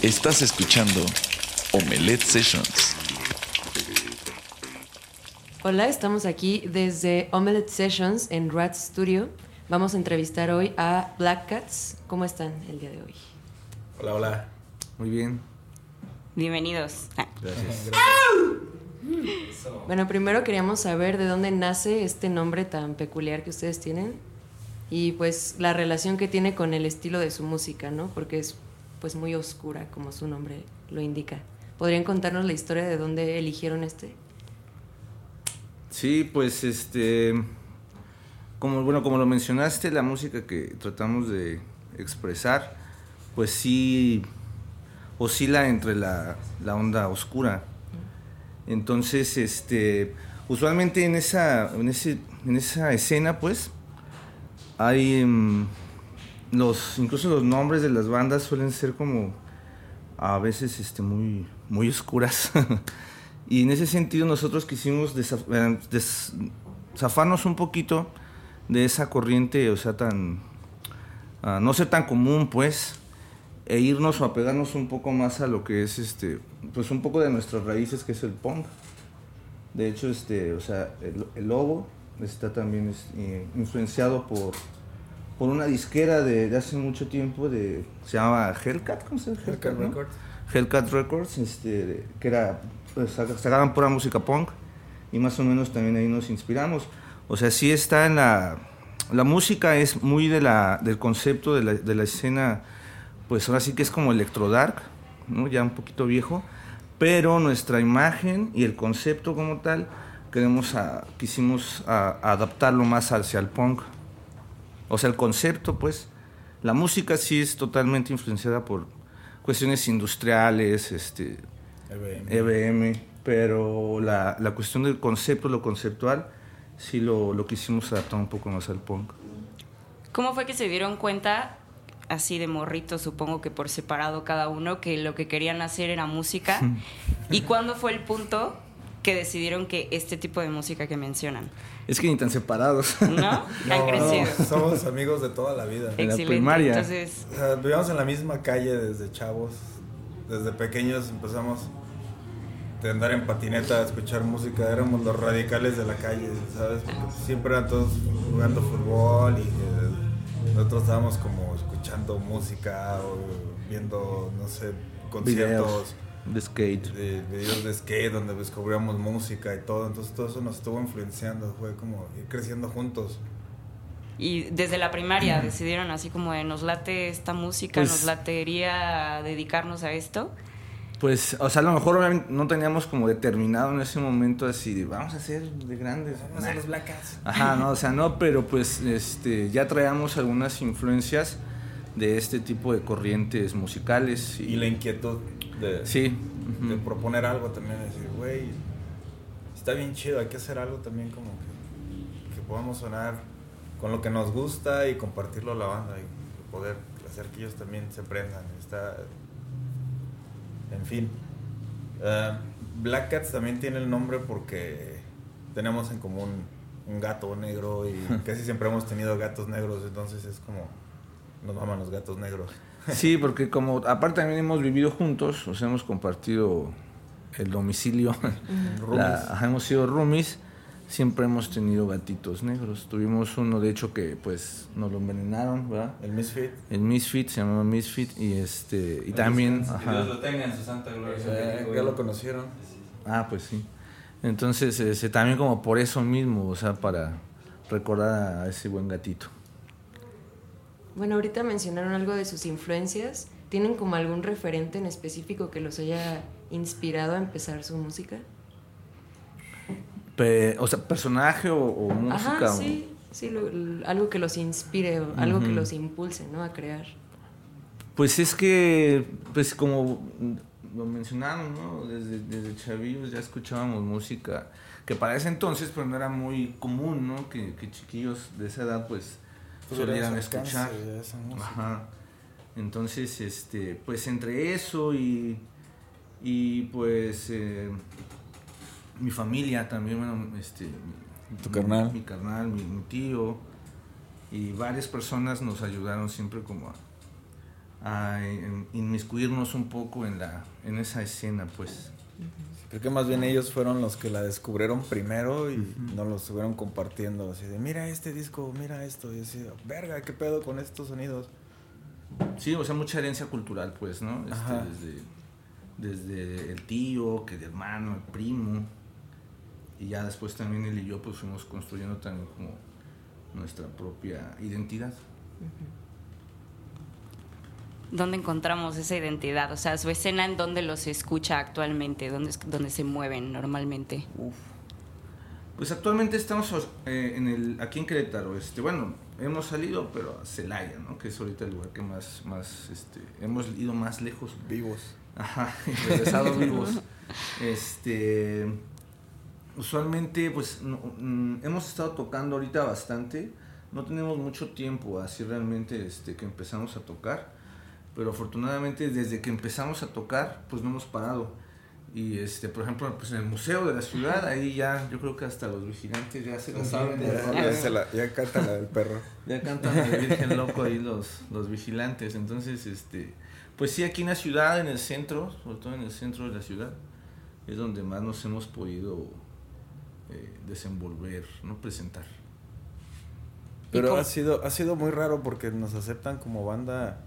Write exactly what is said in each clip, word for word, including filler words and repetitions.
Estás escuchando Omelette Sessions. Hola, estamos aquí desde Omelette Sessions en Rat Studio. Vamos a entrevistar hoy a Black Cats. ¿Cómo están el día de hoy? Hola, hola. Muy bien. Bienvenidos. Ah. Gracias. Bueno, primero queríamos saber de dónde nace este nombre tan peculiar que ustedes tienen y pues la relación que tiene con el estilo de su música, ¿no? Porque es pues muy oscura, como su nombre lo indica. ¿Podrían contarnos la historia de dónde eligieron este? Sí, pues este, como bueno, como lo mencionaste, la música que tratamos de expresar, pues sí oscila entre la, la onda oscura. Entonces, este, usualmente en esa, en ese, en esa escena, pues, hay um, los, incluso los nombres de las bandas suelen ser como a veces, este, muy, muy oscuras. Y en ese sentido nosotros quisimos desaf- des- zafarnos un poquito de esa corriente, o sea, tan, uh, no ser tan común, pues, e irnos o apegarnos un poco más a lo que es, este, pues, un poco de nuestras raíces, que es el punk. De hecho, este, o sea, el, el logo está también es, eh, influenciado por, por una disquera de, de hace mucho tiempo, de, se llamaba Hellcat, ¿cómo se llama? Hellcat Hellcat, ¿no? Records. Hellcat Records, este, de, que era, pues, sacaban pura música punk, y más o menos también ahí nos inspiramos. O sea, sí está en la, la música es muy de la, del concepto de la, de la escena, pues ahora sí que es como electro dark, ¿no? Ya un poquito viejo, pero nuestra imagen y el concepto como tal, queremos a, quisimos a, a adaptarlo más hacia el punk. O sea, el concepto, pues, la música sí es totalmente influenciada por cuestiones industriales, este, E B M. E B M, pero la, la cuestión del concepto, lo conceptual, sí lo, lo quisimos adaptar un poco más al punk. ¿Cómo fue que se dieron cuenta, así de morritos, supongo que por separado cada uno, que lo que querían hacer era música? ¿Y cuándo fue el punto que decidieron que este tipo de música que mencionan? Es que ni tan separados. ¿No? Han No, crecido. no, somos amigos de toda la vida. En la Excelente. primaria. Entonces, O sea, vivíamos en la misma calle desde chavos. Desde pequeños empezamos a andar en patineta, a escuchar música. Éramos los radicales de la calle, ¿sabes? Porque siempre eran todos jugando fútbol y eh, nosotros estábamos como escuchando música o viendo, no sé, conciertos. Videos de skate. De videos de skate donde descubríamos música y todo, entonces todo eso nos estuvo influenciando, fue como ir creciendo juntos. y desde la primaria decidieron así como de nos late esta música, Pues- nos latería dedicarnos a esto. Pues, o sea, a lo mejor obviamente no teníamos como determinado en ese momento así de vamos a ser de grandes. Vamos a los Black Cats. Ajá, no, o sea, no, pero pues este ya traíamos algunas influencias de este tipo de corrientes musicales. Y la inquietud de, Sí. de Ujú. proponer algo también, decir, güey, está bien chido, hay que hacer algo también como que, que podamos sonar con lo que nos gusta y compartirlo a la banda y poder hacer que ellos también se prendan. Está, en fin. Uh, Black Cats también tiene el nombre porque tenemos en común un gato negro y casi siempre hemos tenido gatos negros, entonces es como nos maman los gatos negros. Sí, porque como aparte también hemos vivido juntos, o sea, hemos compartido el domicilio, la, ajá, hemos sido roomies, siempre hemos tenido gatitos negros. Tuvimos uno, de hecho, que pues nos lo envenenaron, ¿verdad? El Misfit. El Misfit, se llamaba Misfit, y este y también... Que Ajá. Dios lo tenga en su santa gloria. Eh, ya lo conocieron. Ah, pues sí. Entonces, ese, también como por eso mismo, o sea, para recordar a ese buen gatito. Bueno, ahorita mencionaron algo de sus influencias. ¿Tienen como algún referente en específico que los haya inspirado a empezar su música? Pe- o sea, personaje o, o música. Ajá, o- sí, sí, lo- l- algo que los inspire o algo que Ujú. los impulse, ¿no? A crear. Pues es que, pues como lo mencionaron, ¿no? Desde, desde chavillos ya escuchábamos música que para ese entonces pues no era muy común, ¿no? Que, que chiquillos de esa edad pues solieran escuchar. Ajá. Entonces, este, pues entre eso y, y pues eh, mi familia también, bueno, este, Tu mi, carnal. mi carnal, mi, mi tío y varias personas nos ayudaron siempre como a a inmiscuirnos un poco en, la, en esa escena, pues. Creo que más bien ellos fueron los que la descubrieron primero y uh-huh. nos lo estuvieron compartiendo, así de, mira este disco, mira esto, y así, verga, qué pedo con estos sonidos. Sí, o sea, mucha herencia cultural, pues, ¿no? Este, desde, desde el tío, que el hermano, el primo, y ya después también él y yo pues fuimos construyendo también como nuestra propia identidad. Uh-huh. ¿Dónde encontramos esa identidad? O sea, su escena, ¿en dónde los escucha actualmente? ¿Dónde, dónde se mueven normalmente? Uf. Pues actualmente estamos eh, en el, aquí en Querétaro. Este, bueno, hemos salido, pero a Celaya, ¿no? Que es ahorita el lugar que más, más este, hemos ido más lejos. Vivos. Ajá, regresado vivos. Este, usualmente, pues, no, mm, hemos estado tocando ahorita bastante. No tenemos mucho tiempo así realmente este, que empezamos a tocar. Pero afortunadamente desde que empezamos a tocar, pues no hemos parado. Y este, por ejemplo, pues en el museo de la ciudad, ahí ya, yo creo que hasta los vigilantes ya se lo saben. Ya, ya, se la, ya cantan la del perro. Ya cantan la del Virgen Loco ahí los, los vigilantes. Entonces, este, pues sí, aquí en la ciudad, en el centro, sobre todo en el centro de la ciudad, es donde más nos hemos podido eh, desenvolver, no presentar. Pero ha sido, ha sido muy raro porque nos aceptan como banda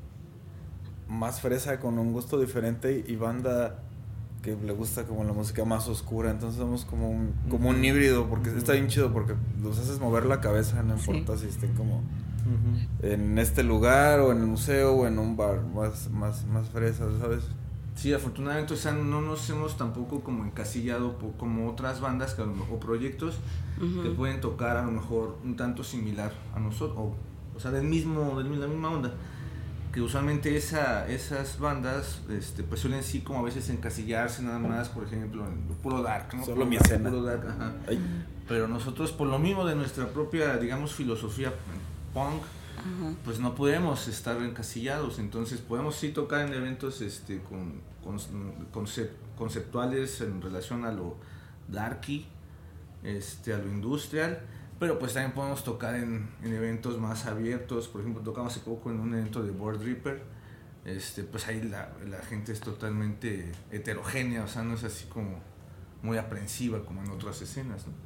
más fresa, con un gusto diferente, y banda que le gusta como la música más oscura. Entonces somos como un, como un híbrido, porque uh-huh. está bien chido porque los haces mover la cabeza, no importa sí. si estén como uh-huh. en este lugar o en el museo o en un bar más, más, más fresa, ¿sabes? Sí, afortunadamente, o sea, no nos hemos tampoco como encasillado por, como otras bandas que a lo mejor, o proyectos uh-huh. que pueden tocar a lo mejor un tanto similar a nosotros, o, o sea, del mismo, de la misma onda. Que usualmente esa, esas bandas este, pues suelen sí como a veces encasillarse nada más, por ejemplo, en puro dark, ¿no? Solo puro mi dark, escena. Puro dark, ajá. Pero nosotros, por lo mismo de nuestra propia, digamos, filosofía punk, uh-huh. pues no podemos estar encasillados. Entonces podemos sí tocar en eventos este, con, con concept, conceptuales en relación a lo darky, este, a lo industrial. Pero pues también podemos tocar en, en eventos más abiertos. Por ejemplo, tocamos hace poco en un evento de Board Reaper. Este, pues ahí la, la gente es totalmente heterogénea, o sea, no es así como muy aprensiva como en otras escenas, ¿no?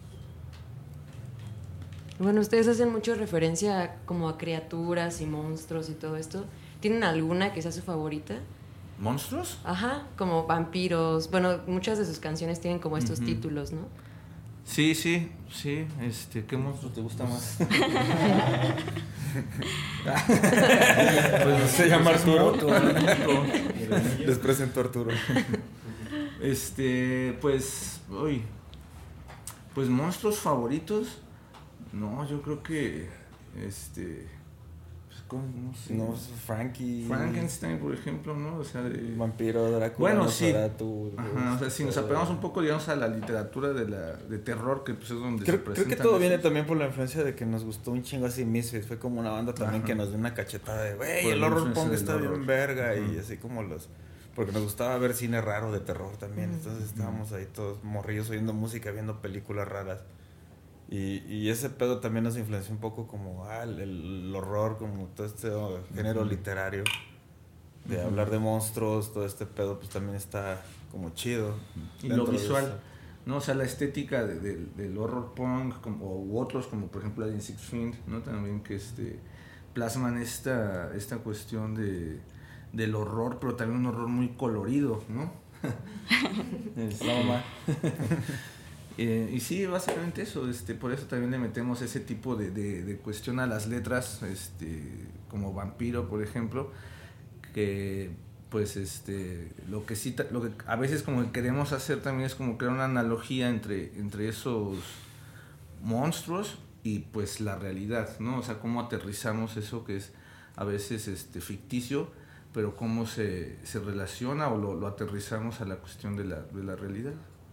Bueno, ustedes hacen mucho referencia como a criaturas y monstruos y todo esto. ¿Tienen alguna que sea su favorita? ¿Monstruos? Ajá, como vampiros. Bueno, muchas de sus canciones tienen como estos uh-huh. títulos, ¿no? Sí, sí, sí. Este, ¿qué monstruo te gusta más? Pues se llama Arturo. Les presento a Arturo. Este, pues, uy, pues monstruos favoritos. No, yo creo que, este, pues, ¿cómo? No sé. No, Frankie. Frankenstein, por ejemplo, ¿no? O sea, de... Vampiro, Drácula. Bueno, sí. Tu, Ajá, o sea, si nos apegamos un poco, digamos, a la literatura de la de terror, que pues es donde creo, se presentan. Creo que todo esos. Viene también por la influencia de que nos gustó un chingo así Misfits. Fue como una banda también Ajá. que nos dio una cachetada de, güey, el horror punk está horror. bien verga. Ajá. Y así como los... Porque nos gustaba ver cine raro de terror también. Entonces estábamos ahí todos morrillos oyendo música, viendo películas raras. Y, y ese pedo también nos influenció un poco como ah, el, el horror, como todo este oh, género uh-huh. literario. De uh-huh. hablar de monstruos, todo este pedo pues también está como chido. Y lo visual, ¿no? O sea, la estética de, de, del horror punk como, u otros como por ejemplo la de Six Fiend, ¿no? También que este, plasman esta, esta cuestión de, del horror, pero también un horror muy colorido, ¿no? es, no, mamá. Eh, y sí, básicamente eso, este, por eso también le metemos ese tipo de, de, de cuestión a las letras, este, como Vampiro, por ejemplo, que pues este, lo que sí, lo que a veces como que queremos hacer también es como crear una analogía entre, entre esos monstruos y pues la realidad, ¿no? O sea, cómo aterrizamos eso que es a veces este, ficticio, pero cómo se, se relaciona o lo, lo aterrizamos a la cuestión de la, de la realidad.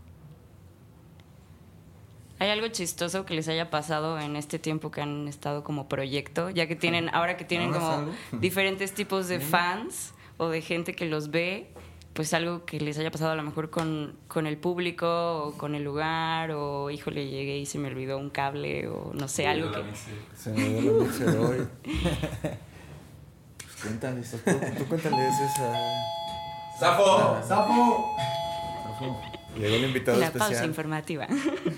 ¿Hay algo chistoso que les haya pasado en este tiempo que han estado como proyecto? Ya que tienen, ahora que tienen como diferentes tipos de fans o de gente que los ve, pues algo que les haya pasado a lo mejor con, con el público o con el lugar, o híjole, llegué y se me olvidó un cable, o no sé, algo que... Se me olvidó la mixer hoy. Cuéntales. Tú, tú cuéntales esa. ¡Sapo! ¡Sapo! Llegó el invitado La especial. pausa informativa.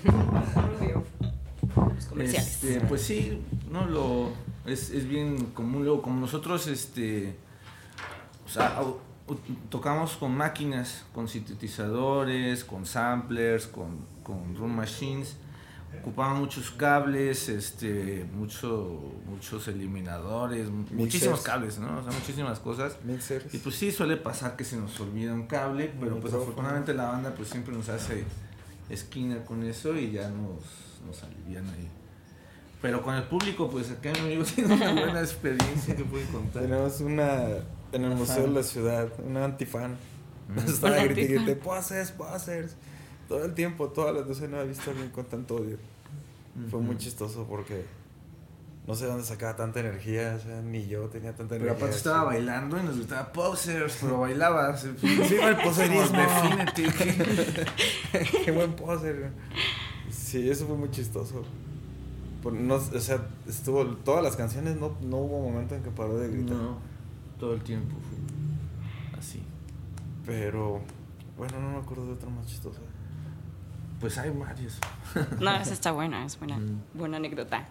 Los comerciales. Este, pues sí, no lo es, es bien común. Luego, como nosotros, este, o sea, au- u- tocamos con máquinas, con sintetizadores, con samplers, con, con drum machines. Ocupaban muchos cables, este, mucho, muchos eliminadores, mu- muchísimos cables, ¿no? O sea, muchísimas cosas. Mixers. Y pues sí, suele pasar que se nos olvida un cable, pero pues micrófono. afortunadamente la banda pues siempre nos hace esquina con eso y ya nos, nos alivian ahí. Pero con el público, pues acá mi amigo tiene una buena experiencia que puede contar. Tenemos una en el Museo de la Ciudad, una antifan. Nos estaba Una gritando, antifan. grité, posers, posers. Todo el tiempo, todas las veces no he visto a alguien con tanto odio. Fue muy chistoso porque no sé dónde sacaba tanta energía, o sea, ni yo tenía tanta Pero energía. aparte estaba bailando y nos gritaba posers, pero bailaba. Sí, el poserismo. Defínete. Qué buen poser. Sí, eso fue muy chistoso. Por- no, o sea, estuvo todas las canciones, no, no hubo momento en que paró de gritar. No, todo el tiempo fue así. Pero bueno, no me acuerdo de otra más chistosa. Pues hay varios. No, esa está buena, es buena, Mm. buena anécdota.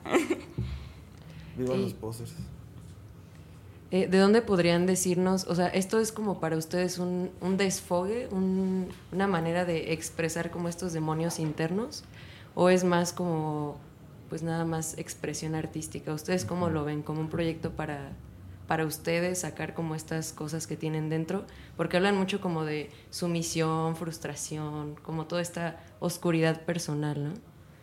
Viva Y- los posers. Eh, ¿De dónde podrían decirnos, o sea, esto es como para ustedes un, un desfogue, un- una manera de expresar como estos demonios internos? ¿O es más como, pues nada más expresión artística? ¿Ustedes cómo lo ven? ¿Como un proyecto para, para ustedes sacar como estas cosas que tienen dentro? Porque hablan mucho como de sumisión, frustración, como toda esta oscuridad personal, ¿no?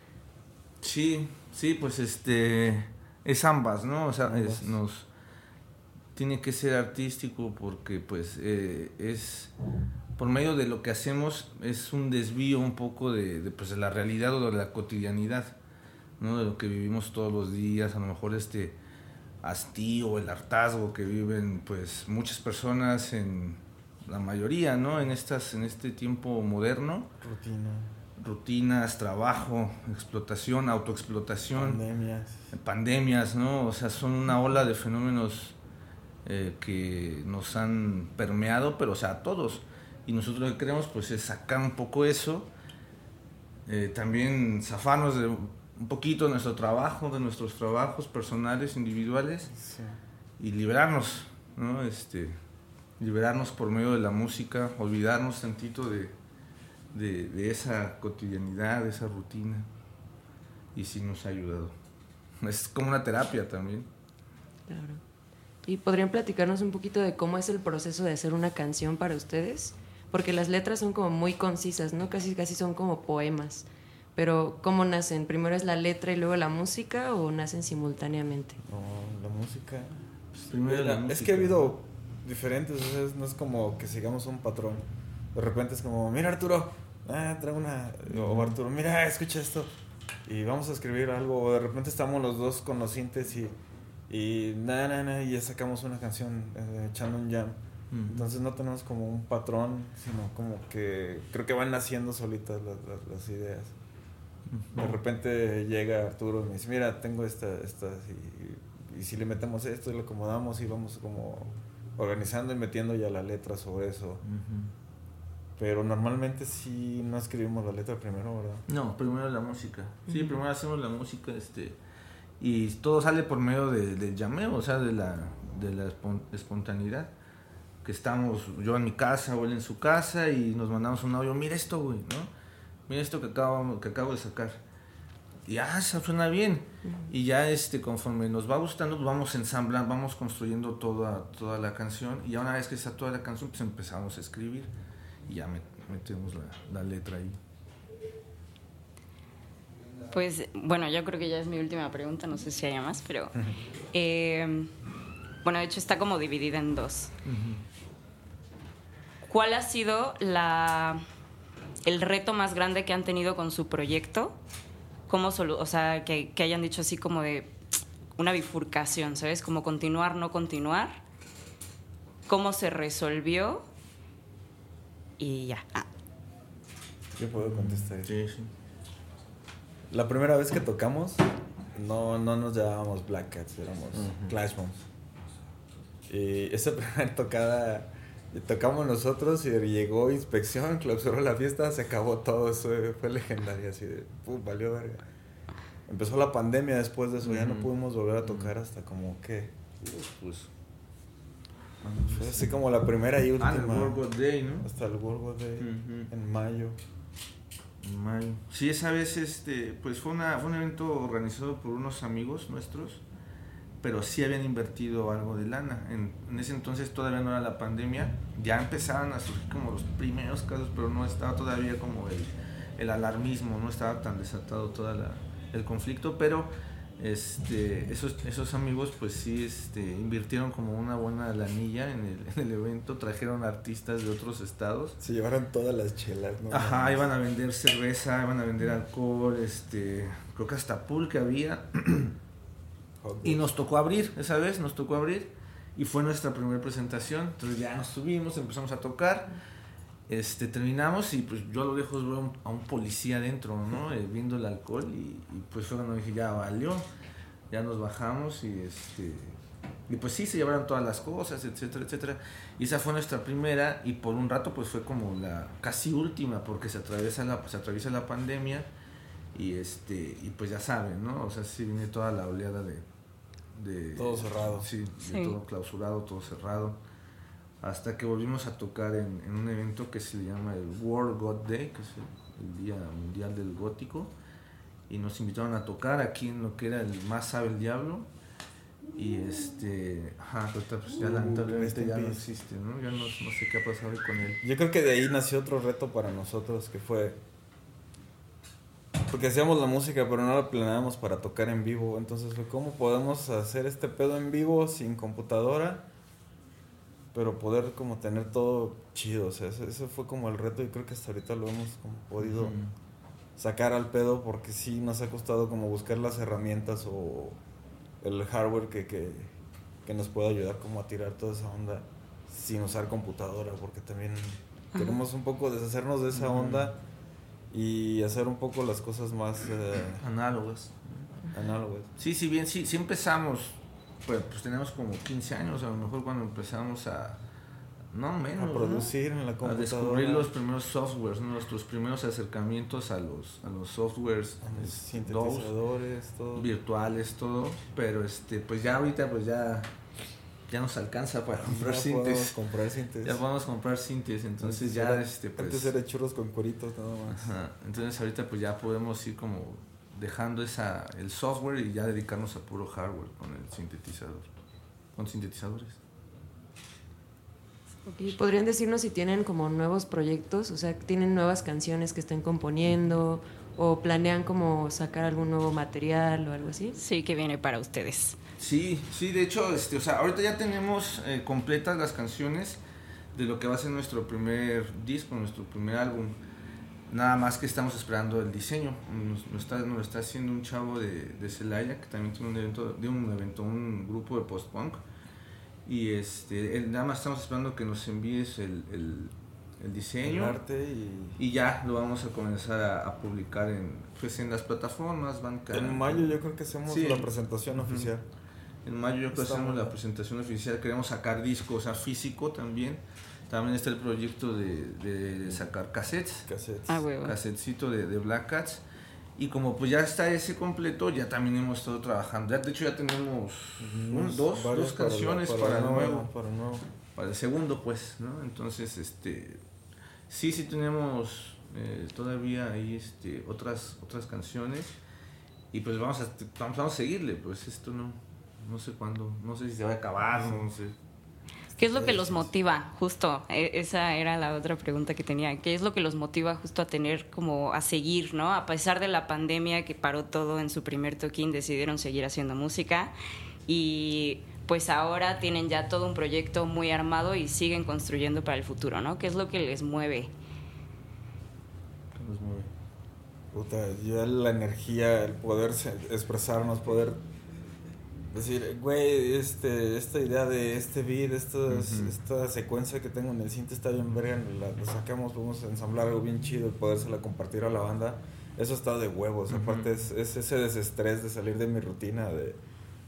Sí, sí, pues este es ambas, ¿no? O sea, es, nos tiene que ser artístico porque pues eh, es por medio de lo que hacemos es un desvío un poco de, de, pues, de la realidad o de la cotidianidad, ¿no? De lo que vivimos todos los días, a lo mejor este hastío, el hartazgo que viven pues muchas personas en la mayoría, ¿no? En estas en este tiempo moderno. Rutina. Rutinas, trabajo, explotación, autoexplotación, Pandemias. pandemias, ¿no? O sea, son una ola de fenómenos eh, que nos han permeado, pero o sea, a todos. Y nosotros lo que queremos pues es sacar un poco eso, eh, también zafarnos de un poquito de nuestro trabajo, de nuestros trabajos personales, individuales, Sí. y liberarnos, ¿no? Este, liberarnos por medio de la música, olvidarnos tantito de De, de esa cotidianidad, de esa rutina, y sí nos ha ayudado. Es como una terapia también. Claro. ¿Y podrían platicarnos un poquito de cómo es el proceso de hacer una canción para ustedes? Porque las letras son como muy concisas, ¿no? Casi, casi son como poemas. Pero ¿cómo nacen? ¿Primero es la letra y luego la música o nacen simultáneamente? No, la música. Pues primero la Es música. que ha habido diferentes, o sea, no es como que sigamos un patrón. De repente es como, mira Arturo, ah, traigo una. O Arturo, mira, escucha esto. Y vamos a escribir algo. O de repente estamos los dos con los sintes y. Y nada, nada, nada, y ya sacamos una canción eh, echando un jam. Ujú. Entonces no tenemos como un patrón, sino como que creo que van naciendo solitas las, las, las ideas. De repente llega Arturo y me dice, mira, tengo esta, estas y, y si le metemos esto y lo acomodamos y vamos como organizando y metiendo ya la letra sobre eso. Ujú. Pero normalmente sí no escribimos la letra primero, ¿verdad? No, primero la música. Sí, Ujú. primero hacemos la música, este, y todo sale por medio de, del llameo, o sea, de la, de la espon- espontaneidad. Que estamos, yo en mi casa o él en su casa y nos mandamos un audio, mira esto, güey, ¿no? Mira esto que acabo, que acabo de sacar. Y ah, se suena bien. Y ya este, conforme nos va gustando, pues vamos ensamblando, vamos construyendo toda, toda la canción. Y ya una vez que está toda la canción, pues empezamos a escribir. Y ya met- metemos la, la letra ahí. Pues bueno, yo creo que ya es mi última pregunta, no sé si haya más, pero eh, bueno, de hecho está como dividida en dos. ¿Cuál ha sido la el reto más grande que han tenido con su proyecto? ¿Cómo solu- o sea, que, que hayan dicho así como de una bifurcación, ¿sabes? Como continuar, no continuar. ¿Cómo se resolvió? Y ya. Ah. Yo puedo contestar. Sí, sí. La primera vez que tocamos, no, no nos llamábamos Black Cats, éramos Ujú. Clash Bombs. Y esa primera tocada tocamos nosotros y llegó inspección, clausuró la fiesta, se acabó todo, eso fue legendario, así de, pum, valió verga. Empezó la pandemia después de eso, uh-huh. ya no pudimos volver a tocar hasta como, ¿qué? Pues, fue así como la primera y última. Ah, el World God Day, ¿no? Hasta el World God Day, uh-huh. en mayo. En mayo. Sí, esa vez, este, pues fue, una, fue un evento organizado por unos amigos nuestros, pero sí habían invertido algo de lana. En, en ese entonces todavía no era la pandemia, ya empezaban a surgir como los primeros casos, pero no estaba todavía como el, el alarmismo, no estaba tan desatado todo el conflicto, pero este, esos, esos amigos pues sí este, invirtieron como una buena lanilla en el, en el evento, trajeron artistas de otros estados. Se llevaron todas las chelas, ¿no? Ajá, iban a vender cerveza, iban a vender alcohol, este, creo que hasta pool que había. Y nos tocó abrir, esa vez nos tocó abrir y fue nuestra primera presentación. Entonces ya nos subimos, empezamos a tocar, este, terminamos y pues yo a lo lejos veo a un policía adentro, ¿no? Eh, viendo el alcohol y, y pues fue cuando dije, ya valió, ya nos bajamos y este y pues sí, se llevaron todas las cosas, etcétera, etcétera. Y esa fue nuestra primera y por un rato pues fue como la casi última porque se atraviesa la, pues, se atraviesa la pandemia y este y pues ya saben, ¿no? O sea, sí viene toda la oleada de De, todo cerrado, sí, de sí. todo clausurado, todo cerrado, hasta que volvimos a tocar en, en un evento que se llama el World God Day, que es el, el Día Mundial del Gótico, y nos invitaron a tocar aquí en lo que era el Más Sabe el Diablo, y este, ajá, pues ya lamentablemente uh, ya no existe, ¿no? Ya no, no sé qué ha pasado con él. Yo creo que de ahí nació otro reto para nosotros, que fue porque hacíamos la música pero no la planeábamos para tocar en vivo, entonces fue cómo podemos hacer este pedo en vivo sin computadora pero poder como tener todo chido, o sea, ese, ese fue como el reto y creo que hasta ahorita lo hemos como podido uh-huh. sacar al pedo porque sí nos ha costado como buscar las herramientas o el hardware que, que, que nos pueda ayudar como a tirar toda esa onda sin usar computadora porque también uh-huh. queremos un poco deshacernos de esa uh-huh. onda y hacer un poco las cosas más eh, análogas. Análogas. Sí, sí, bien, sí, sí empezamos, pues, pues tenemos como quince años, a lo mejor cuando empezamos a, no menos, a producir ¿no? en la computadora. A descubrir los primeros softwares, ¿no? Nuestros primeros acercamientos a los, a los softwares, a los sintetizadores, dos, todo. virtuales, todo, pero este, pues ya ahorita pues ya... ya nos alcanza para comprar ya sintes. Podemos comprar sintes. Ya podemos comprar sintes, entonces antes ya era, este pues antes era churros con cueritos nada más. Ajá, entonces ahorita pues ya podemos ir como dejando esa el software y ya dedicarnos a puro hardware con el sintetizador, con sintetizadores. Okay. ¿Podrían decirnos si tienen como nuevos proyectos, o sea, tienen nuevas canciones que estén componiendo o planean como sacar algún nuevo material o algo así? Sí, que viene para ustedes. Sí, sí, de hecho, este, o sea, ahorita ya tenemos eh, completas las canciones de lo que va a ser nuestro primer disco, nuestro primer álbum. Nada más que estamos esperando el diseño. Nos, nos, está, nos lo está haciendo un chavo de, de Celaya, que también tiene un evento, de un evento, un grupo de post-punk. Y este, él, nada más estamos esperando que nos envíes el, el, el diseño. El arte y... y ya lo vamos a comenzar a, a publicar en, pues en las plataformas. Banca, en mayo yo creo que hacemos sí, la presentación uh-huh. oficial. En mayo yo creo que hacemos la presentación oficial. Queremos sacar discos, o sea, físico también. También está el proyecto de, de sacar cassettes. Cassettes. Ah, huevo. Cassetcito de, de Black Cats. Y como pues ya está ese completo, ya también hemos estado trabajando. Ya, de hecho ya tenemos un, dos, dos canciones para, para, para, el nuevo, nuevo, para el nuevo. Para el segundo, pues, ¿no? Entonces, este... Sí, sí tenemos eh, todavía ahí este, otras, otras canciones. Y pues vamos a, vamos, vamos a seguirle, pues esto no... No sé cuándo, no sé si se va a acabar, no sé. ¿Qué es lo que los motiva? Justo, esa era la otra pregunta que tenía. ¿Qué es lo que los motiva justo a tener como a seguir, ¿no? A pesar de la pandemia que paró todo en su primer toquín, decidieron seguir haciendo música y pues ahora tienen ya todo un proyecto muy armado y siguen construyendo para el futuro, ¿no? ¿Qué es lo que les mueve? ¿Qué nos mueve? Puta, ya la energía, el poder expresarnos, poder... decir, güey, este, esta idea de este beat, estos, uh-huh. esta secuencia que tengo en el synth está bien verga, la, la sacamos, vamos a ensamblar algo bien chido y podérsela compartir a la banda. Eso está de huevos, uh-huh. aparte es, es ese desestrés de salir de mi rutina, de,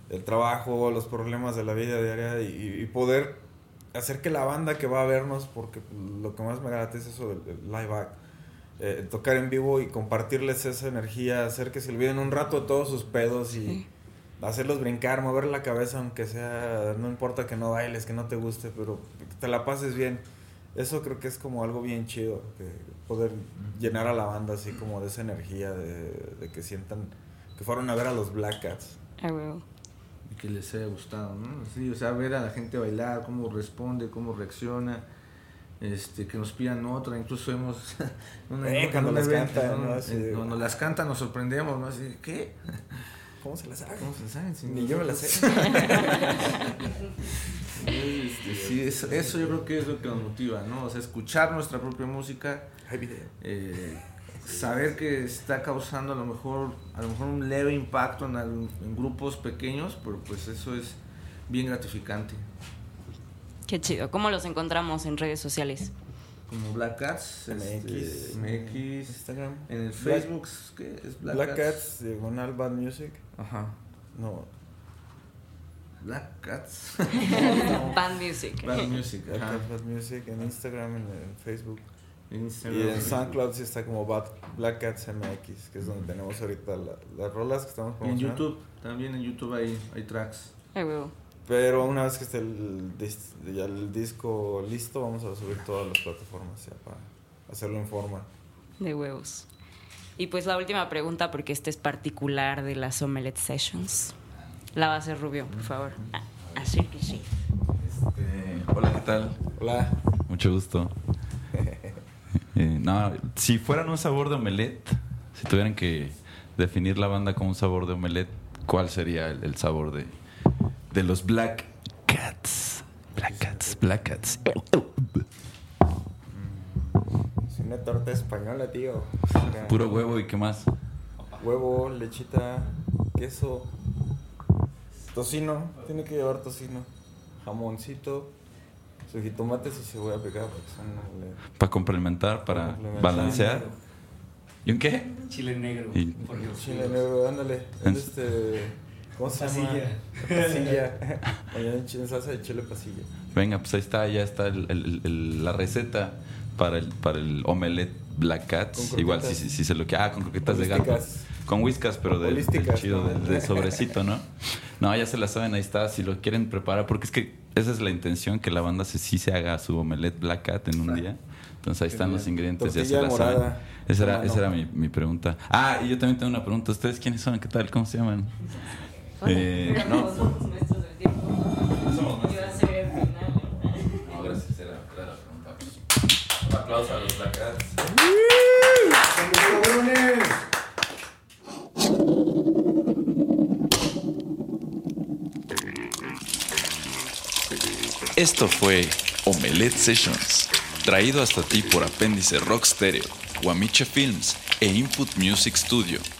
el trabajo, los problemas de la vida diaria y, y poder hacer que la banda que va a vernos, porque lo que más me agrada es eso del, del live act, eh, tocar en vivo y compartirles esa energía, hacer que se olviden un rato de todos sus pedos y sí. hacerlos brincar, mover la cabeza, aunque sea, no importa que no bailes, que no te guste, pero que te la pases bien. Eso creo que es como algo bien chido, que poder llenar a la banda así como de esa energía, de, de que sientan que fueron a ver a los Black Cats. Ah, bueno. Y que les haya gustado, ¿no? Sí, o sea, ver a la gente bailar, cómo responde, cómo reacciona, este, que nos pidan otra, incluso vemos una, eh, cuando las cantan, ¿no? Así, eh, cuando las cantan nos sorprendemos, ¿no? Así, ¿qué? ¿Cómo se las saben? ¿Cómo se las saben? Si Ni yo me las sé. Este, sí, eso, eso yo creo que es lo que nos motiva, ¿no? O sea, escuchar nuestra propia música, eh, saber que está causando a lo mejor a lo mejor un leve impacto en, en grupos pequeños, pero pues eso es bien gratificante. Qué chido. ¿Cómo los encontramos en redes sociales? Como Black Cats, M X, este, M X, Instagram, en el Facebook, ¿qué es Black, Black Cats? Cats, diagonal Bad Music. Ajá. No. Black Cats. Bad Music. Bad Music. Black Ajá. Cats Bad Music en Instagram, en, en Facebook. En Instagram. Y en SoundCloud sí está como Bad, Black Cats M X, que es donde tenemos ahorita la, las rolas que estamos Y en promocionando. YouTube, también en YouTube hay, hay tracks. Ay, huevo. Pero una vez que esté el, dis- ya el disco listo, vamos a subir todas las plataformas ya para hacerlo en forma. De huevos. Y pues la última pregunta, porque este es particular de las Omelette Sessions. La va a hacer Rubio, por favor. Ah, así que sí. Este, hola, ¿qué tal? Hola. Mucho gusto. Eh, no, si fueran un sabor de omelette, si tuvieran que definir la banda como un sabor de omelette, ¿cuál sería el, el sabor de, de los Black Cats? Black Cats, Black Cats. Es una torta española, tío. Puro huevo y qué más. Huevo, lechita, queso, tocino. Tiene que llevar tocino. Jamoncito, su jitomate, su cebolla picada. Porque son, eh, Para complementar, para complementar. balancear. ¿Y un qué? Chile negro. Y- por Dios. Chile negro, ándale. En- Es este. ¿Cómo se llama? Pasilla. Pasilla. Allá en ch- en salsa de chile pasilla. Venga, pues ahí está, ya está el- el- el- la receta para el, para el omelette Black Cats. Con Igual si, croquetas. si, si se lo que ah, con croquetas de gato. Holísticas. Con whiskas, pero del, del Holísticas, chido, ¿no? del, del sobrecito, ¿no? No, ya se la saben, ahí está, si lo quieren preparar, porque es que esa es la intención, que la banda se, sí se haga su omelette Black Cat en un día. Entonces ahí están los ingredientes, ya se Tortilla la saben. morada. Esa era, No, esa no. era mi, mi pregunta. Ah, y yo también tengo una pregunta. ¿Ustedes quiénes son? ¿Qué tal? ¿Cómo se llaman? Eh, no. Somos maestros del tiempo. Somos maestros. Iba a ser el final. No, gracias, era, era la pregunta. Un aplauso a los Black Cats. Esto fue Omelette Sessions, traído hasta ti por Apéndice Rock Stereo, Guamiche Films e Input Music Studio.